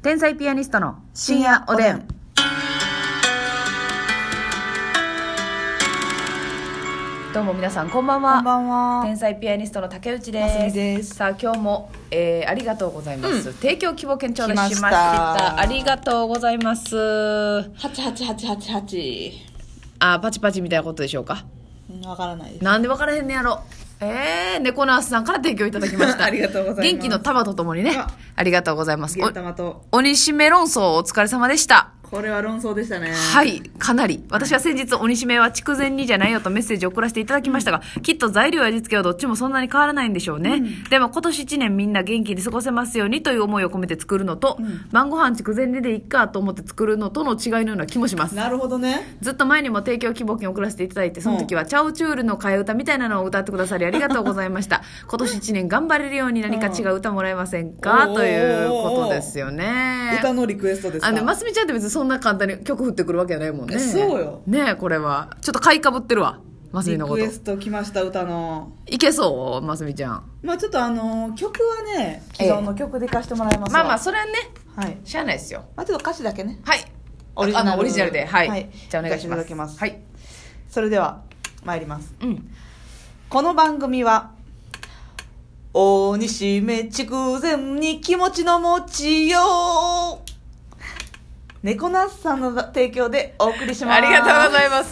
天才ピアニストの深夜おでん。どうも皆さんこんばんは。 こんばんは。 天才ピアニストの竹内です。 ますみです。 さあ今日も、ありがとうございます、提供希望券頂戴しまし来ました。 ありがとうございます。 888888。 パチパチみたいなことでしょうか。 わからないです。 なんでわからへんねやろ。猫ナースさんから提供いただきましたありがとうございます。 元気の玉とともにね、ありがとうございます。 元玉と鬼しめ論争お疲れ様でした。 これは論争でしたね。 はい、かなり。私は先日鬼しめは筑前煮じゃないよとメッセージを送らせていただきましたが、きっと材料や味付けはどっちもそんなに変わらないんでしょうね、でも今年1年みんな元気に過ごせますようにという思いを込めて作るのと、晩ご飯筑前煮でいっかと思って作るのとの違いのような気もします。 なるほどね。 ずっと前にも提供希望券を送らせていただいて、その時はチャオチュールの替え歌みたいなのを歌ってくださりありがとうございました今年1年頑張れるように何か違う歌もらえませんか、ということですよね。 歌のリクエストですか。 ますみちゃんって別にそんな簡単に曲振ってくるわけじゃないもんね。 そうよね。これはちょっと買いかぶってるわ、ますみのこと。 リクエスト来ました。歌のいけそう、ますみちゃん。 まあちょっと曲はね、既存の曲で貸してもらいますわ。 まあまあそれはね、 はい、 しゃあないですよ。 まあちょっと歌詞だけね。 はい、 オリジナルで、はい、 はい、 じゃあお願いします。 いただきます。 はい、 それでは参ります。この番組は大西目筑前に気持ちの持ちよう猫ナスさんの提供でお送りします。 ありがとうございます。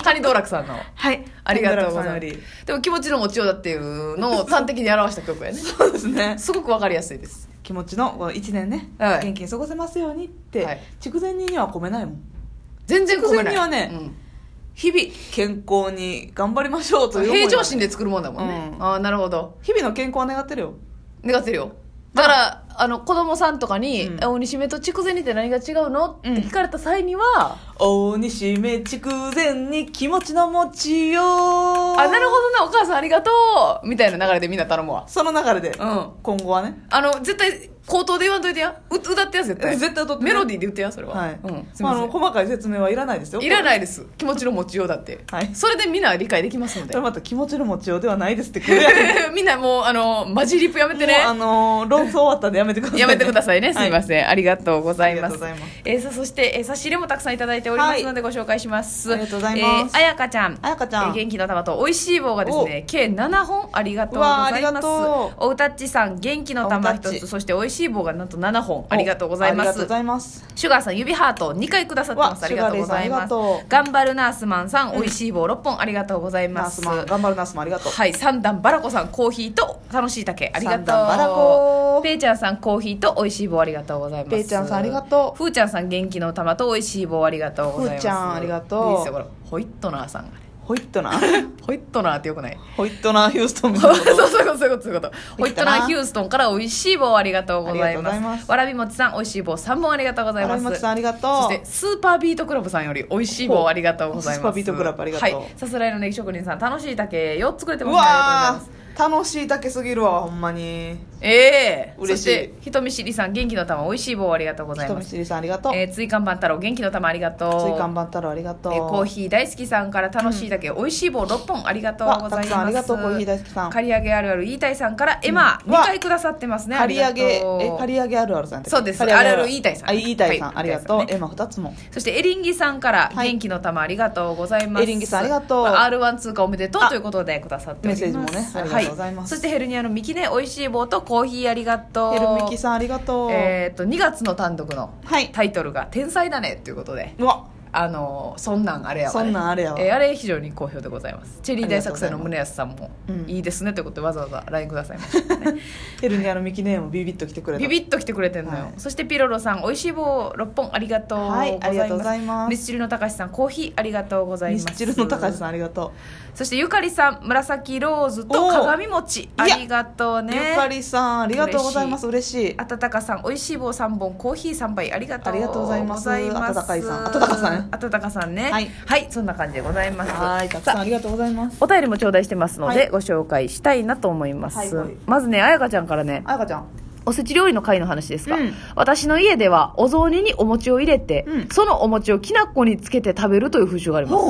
カニ道楽さんの、 はい、 ありがとうございます。でも気持ちの持ちようだっていうのを端的に表した曲やねそうですね、 すごくわかりやすいです。 気持ちのこの1年ね、 はい、 元気に過ごせますようにって、 はい、 筑前煮には込めないもん。 全然込めない。 筑前煮はね、日々健康に頑張りましょうという思い、 平常心で作るもんだもんね、あ、なるほど。 日々の健康は願ってるよ。 願ってるよ。だから子供さんとかに「大西目と筑前煮って何が違うの?」って聞かれた際には 「大西目筑前煮気持ちの持ちよう」 なるほどな、お母さんありがとうみたいな流れでみんな頼むわ。 その流れで、今後はね、 絶対口頭で言わんといてや。歌ってや、絶対歌って、 メロディーで言ってや、それは。 はい、 すみません、 細かい説明はいらないですよ。 いらないです。気持ちの持ちようだって、 はい、 それでみんな理解できますので。 それまた気持ちの持ちようではないですってみんなもうマジリプやめてね。 論争終わったんでやめてくださいね。 やめてくださいね。すみません、はい、ありがとうございます。そして差し入れもたくさんいただいておりますので、ご紹介します。 ありがとうございます。 あやかちゃん、元気の玉とおいしい棒がですね、計7本ありがとうございます。おうたっちさん、元気の玉1つ、そしておいしい棒がなんと7本ありがとうございます。シュガーさん、指ハート2回くださってます。ありがとうございます。頑張るナースマンさん、おいしい棒6本ありがとうございます。 頑張るナースマンありがとう。 はい、三段バラコさん、コーヒーと楽しい竹ありがとう。 三段バラコペイちゃんさん、コーヒーとおいしい棒ありがとうございます。 ペイちゃんさんありがとう。 ふーちゃんさん、元気の玉とおいしい棒ありがとうございます。 ふーちゃんありがとう。 いいですよ、これホイットナーさんがね、 ホイットナーホイットナーってよくない？ ホイットナーヒューストンみたいなそういうことホイットナーヒューストンからおいしい棒ありがとうございます。わらびもちさん、おいしい棒3本ありがとうございます。 わらびもちさんありがとう。 そしてスーパービートクラブさんよりおいしい棒ありがとうございます。 スーパービートクラブありがとう。 はい、さすらいのネギ職人さん、楽しい竹4つくれてます。 うわー、楽しい竹すぎるわ、ほんまに。 嬉しい。そして人見知りさん、元気の玉おいしい棒ありがとうございます。 人見知りさんありがとう。 椎間板太郎、元気の玉ありがとう。 椎間板太郎ありがとう。 コーヒー大好きさんから楽しい竹おいしい棒6本ありがとうございます。 たくさんありがとう。コーヒー大好きさん。 刈り上げあるある言いたいさんからエマ2回くださってますね。 刈り上げあるあるさんって。 そうです、あるある言いたいさん。 言いたいさんありがとう。エマ2つも。 そしてエリンギさんから元気の玉ありがとうございます。 エリンギさんありがとう。 R1 通過おめでとうということでくださっております。 メッセージもね、ありがとうございます。 そしてヘルニアのミキね、おいしい棒とコーヒーありがとう。 ヘルミキさんありがとう。 2月の単独のタイトルが天才だねということで、 うわ、 そんなんあれやわ、ね、 そんなんあれやわ、 あれ非常に好評でございます。チェリー大作戦の宗安さんもいいですねということでわざわざ LINE くださいましたねヘルニアのミキネーもビビッと来てくれた。 ビビッと来てくれてんのよ、そしてピロロさん、おいしい棒6本ありがとうございます。 ありがとうございます。 ミスチルのたかしさん、コーヒーありがとうございます。 ミスチルのたかしさんありがとう。 そしてゆかりさん、紫ローズと鏡餅ありがとうね。 ゆかりさんありがとうございます。嬉しい。 あたたかさん、おいしい棒3本コーヒー3杯ありがとうございます。あたたかさん、あたたかさんね、 あたたかさんね、はい、そんな感じでございます。 はい、たくさんありがとうございます。 お便りも頂戴してますので、ご紹介したいなと思います。まずね、あやかちゃんからね、 あやかちゃん、 おせち料理の会の話ですが、私の家ではお雑煮にお餅を入れて、そのお餅をきな粉につけて食べるという風習があります。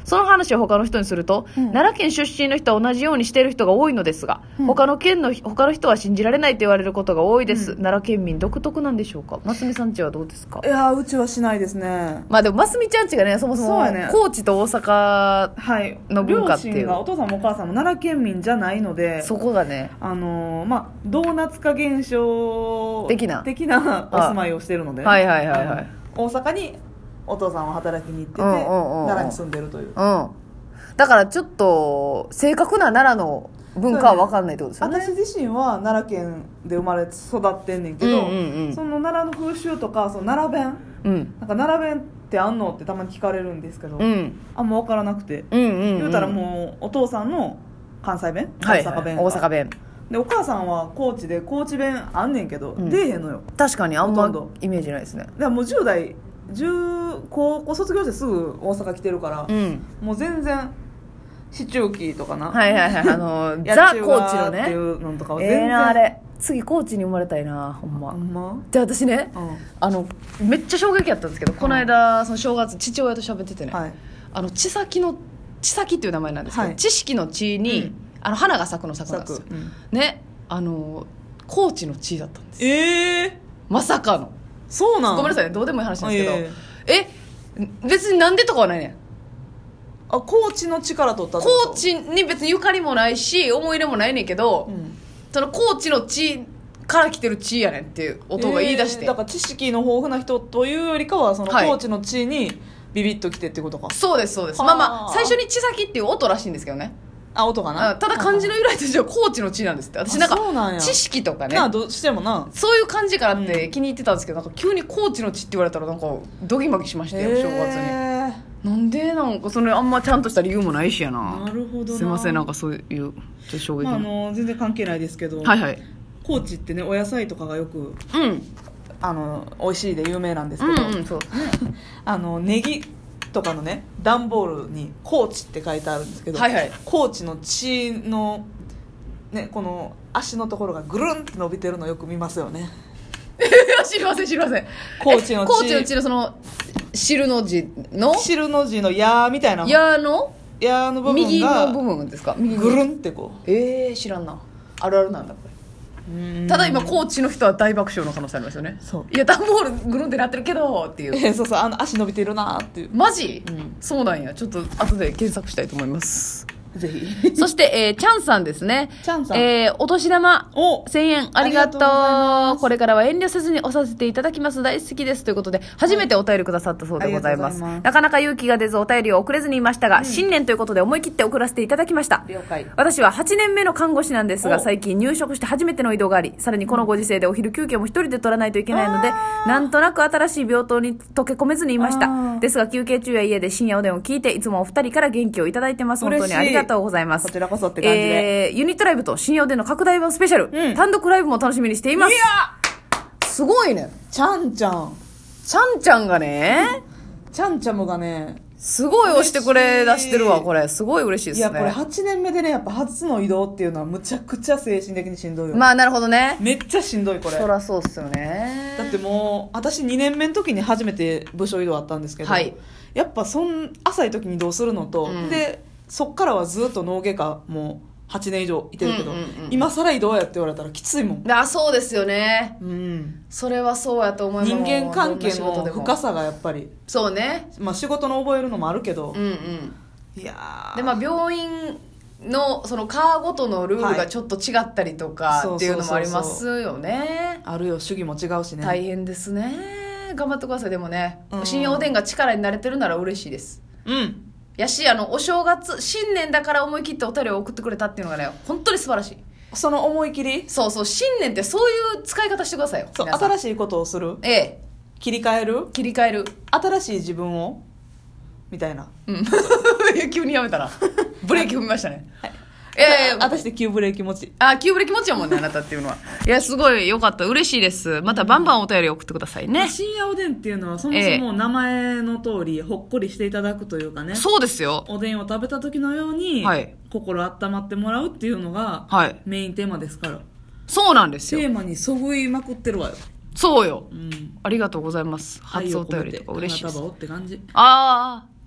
その話を他の人にすると、奈良県出身の人は同じようにしている人が多いのですが、他の人は信じられないと言われることが多いです。奈良県民独特なんでしょうか。ますみさんちはどうですか。 いやうちはしないですね。 まあでもますみちゃんちがね、そもそも高知と大阪の文化っていう、 両親がお父さんもお母さんも奈良県民じゃないので、 そこがね、 まあドーナツ化現象的なお住まいをしてるので、 はいはいはいはい、 大阪にお父さんは働きに行ってて、奈良に住んでるという、 だからちょっと正確な奈良の文化は分かんないってことですよね。 私自身は奈良県で生まれ育ってんねんけど、その奈良の風習とかその奈良弁、なんか奈良弁ってあんのってたまに聞かれるんですけど、あんま分からなくて、言うたらもうお父さんの関西弁、大阪弁、 大阪弁で、お母さんは高知で高知弁あんねんけど、出えへんのよ。 確かにあんまイメージないですね。 だからもう10代高校卒業してすぐ大阪来てるから、もう全然市中期とかな、 はいはいはいザ・高知のねっていうのとかは全然あれ次高知に生まれたいな、ほんま。で私ね、めっちゃ衝撃やったんですけど、この間その正月父親と喋っててね、千咲っていう名前なんですけど、知識の知に、花が咲くの咲くなんですよ、ね、高知の知だったんですよ。まさかの。 そうなん。 ごめんなさいね、どうでもいい話なんですけど、別になんでとかはないねん。 高知の地から取ったってこと。高知に別にゆかりもないし思い入れもないねんけど、その高知の地から来てる地やねんっていう音が言い出して、 だから知識の豊富な人というよりかはその高知の地にビビッと来てってことか。 そうですそうです。まあまあ最初に千咲っていう音らしいんですけどね。 音かな。 ただ漢字の由来としては高知の地なんですって。私なんか知識とかね、 どうしてもなそういう感じからって気に入ってたんですけど、なんか急に高知の地って言われたらなんかドギマギしましたよ、正月に。なんでなんかそれあんまちゃんとした理由もないしやな。 なるほどな。 すいません、なんかそういう衝撃の、全然関係ないですけど、高知ってねお野菜とかがよく、美味しいで有名なんですけど、そうネギとかのね段ボールに高知って書いてあるんですけど、高知の地のねこの足のところがぐるんって伸びてるのよく見ますよね。 知りません高知の地のその汁の字の矢みたいな矢の部分が右の部分ですか。 ぐるんってこう知らんな。あるあるなんだこれ。ただ今高知の人は大爆笑の可能性ありますよね。いや段ボールぐるんってなってるけどっていうそう足伸びてるなっていう。 マジ、そうなんや。ちょっと後で検索したいと思います。 ぜひ。 そして、チャンさんですね。 チャンさん。 お年玉1000円ありがとう。これからは遠慮せずに押させていただきます。大好きです。ということで、初めてお便りくださったそうでございます。なかなか勇気が出ずお便りを送れずにいましたが、新年ということで思い切って送らせていただきました。 了解。 私は8年目の看護師なんですが、最近入職して初めての移動があり、さらにこのご時世でお昼休憩も一人で取らないといけないので、なんとなく新しい病棟に溶け込めずにいました。ですが休憩中や家で深夜おでんを聞いて、いつもお二人から元気をいただいてます。本当にありがとうございます。 こちらこそって感じで、 ユニットライブと深夜おでんの拡大版スペシャル、単独ライブも楽しみにしています。すごいね。 ちゃんちゃんがね、 ちゃんちゃむがねすごい押してくれ出してるわ。これすごい嬉しいですね。 いやこれ8年目でねやっぱ初の移動っていうのはむちゃくちゃ精神的にしんどいよ。 まあなるほどね。 めっちゃしんどいこれ。 そりゃそうっすよね。 だってもう私2年目の時に初めて部署移動あったんですけど、やっぱ浅い時に移動するのと、でそっからはずっと脳外科もう8年以上いてるけど、今更移動やって言われたらきついもん。 そうですよね。それはそうやと思います。 人間関係の深さがやっぱりそうね。 仕事の覚えるのもあるけど、いやで病院のその科ごとのルールがちょっと違ったりとかっていうのもありますよね。 あるよ、主義も違うしね。 大変ですね。頑張ってください。でもね、深夜おでんが力になれてるなら嬉しいです。やし、お正月新年だから思い切ってお便りを送ってくれたっていうのがね本当に素晴らしい。 その思い切り、 そう新年ってそういう使い方してくださいよ。 新しいことをする、切り替える新しい自分をみたいな。 急にやめたな。ブレーキ踏みましたね。 私で急ブレーキ持ち。 急ブレーキ持ちやもんね、あなたっていうのは。いや、すごいよかった。嬉しいです。またバンバンお便り送ってくださいね。 深夜おでんっていうのはそもそも名前の通り、ほっこりしていただくというかね。 そうですよ。 おでんを食べた時のように、心温まってもらうっていうのが、メインテーマですから。 そうなんですよ。 テーマにそぐいまくってるわよ。 そうよ。ありがとうございます。初お便りとか嬉しいです。 花束をって感じ。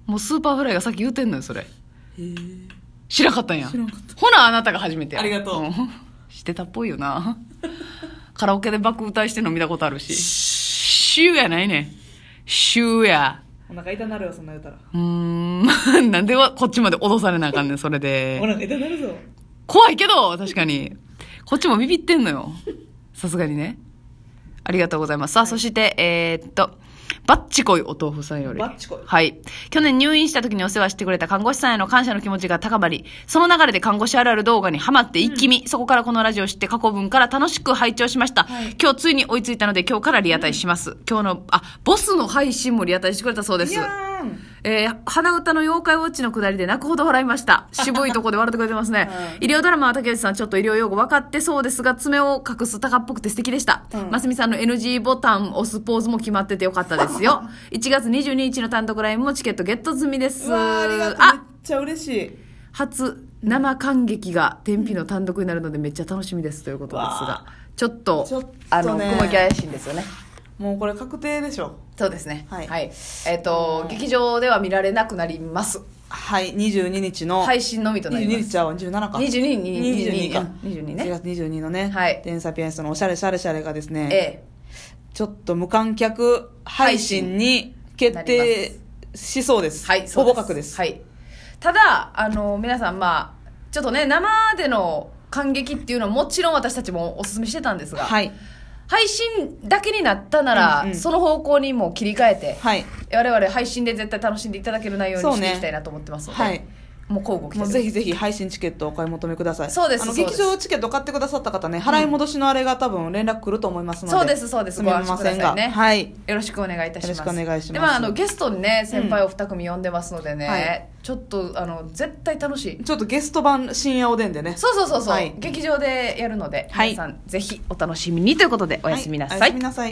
もうスーパーフライがさっき言うてんのよそれ。知らんかったんや。 知らんかった。 ほなあなたが初めてや。 ありがとう。 してたっぽいよな。カラオケでバック歌いしてんの見たことあるし。シューやないねん。シューや。 お腹痛なるよそんな言うたら。 なんでこっちまで脅されなあかんねんそれで。 お腹痛なるぞ。 怖いけど確かにこっちもビビってんのよ。さすがにね。ありがとうございます。さあ、そしてバッチコイお豆腐さんより。 バッチコイ。 はい。去年入院した時にお世話してくれた看護師さんへの感謝の気持ちが高まり、その流れで看護師あるある動画にハマって一気見、そこからこのラジオを知って過去分から楽しく拝聴しました。はい、今日ついに追いついたので今日からリアタイします。今日の、ボスの配信もリアタイしてくれたそうです。鼻歌の妖怪ウォッチのくだりで泣くほど笑いました。渋いとこで笑ってくれてますね。医療ドラマは竹内さんちょっと医療用語分かってそうですが、爪を隠す高っぽくて素敵でした。ますみさんの NG ボタン押すポーズも決まっててよかったですよ。1月22日の単独ライブもチケットゲット済みです。 ありがとう。めっちゃ嬉しい。 初生感激が天日の単独になるのでめっちゃ楽しみですということですが、ちょっと雲行き怪しいんですよね。 もうこれ確定でしょ。 そうですね。はい。劇場では見られなくなります。 はい。22日の配信のみとなります。 22日は17か。22か。22ね。4月22のね。はい。天才ピアニストのおしゃれシャレシャレがですね。ちょっと無観客配信に決定しそうです。はい。ほぼ確です。 はい。ただ皆さんちょっとね生での感激っていうのはもちろん私たちもおすすめしてたんですが。はい。配信だけになったなら、その方向にも切り替えて、はい、我々配信で絶対楽しんでいただける内容にしていきたいなと思ってますので、はい、もう交互期待。 もうぜひぜひ配信チケットをお買い求めください。 そうです。 劇場チケット買ってくださった方ね、払い戻しのあれが多分連絡来ると思いますので、 そうですそうです。 すみませんが、はい、 よろしくお願いいたします。 よろしくお願いします。 でゲストにね先輩を2組呼んでますのでね、はい、ちょっと絶対楽しい。 ちょっとゲスト版深夜おでんでね。 そう、はい、劇場でやるので、皆さんぜひお楽しみにということでおやすみなさい。 おやすみなさい。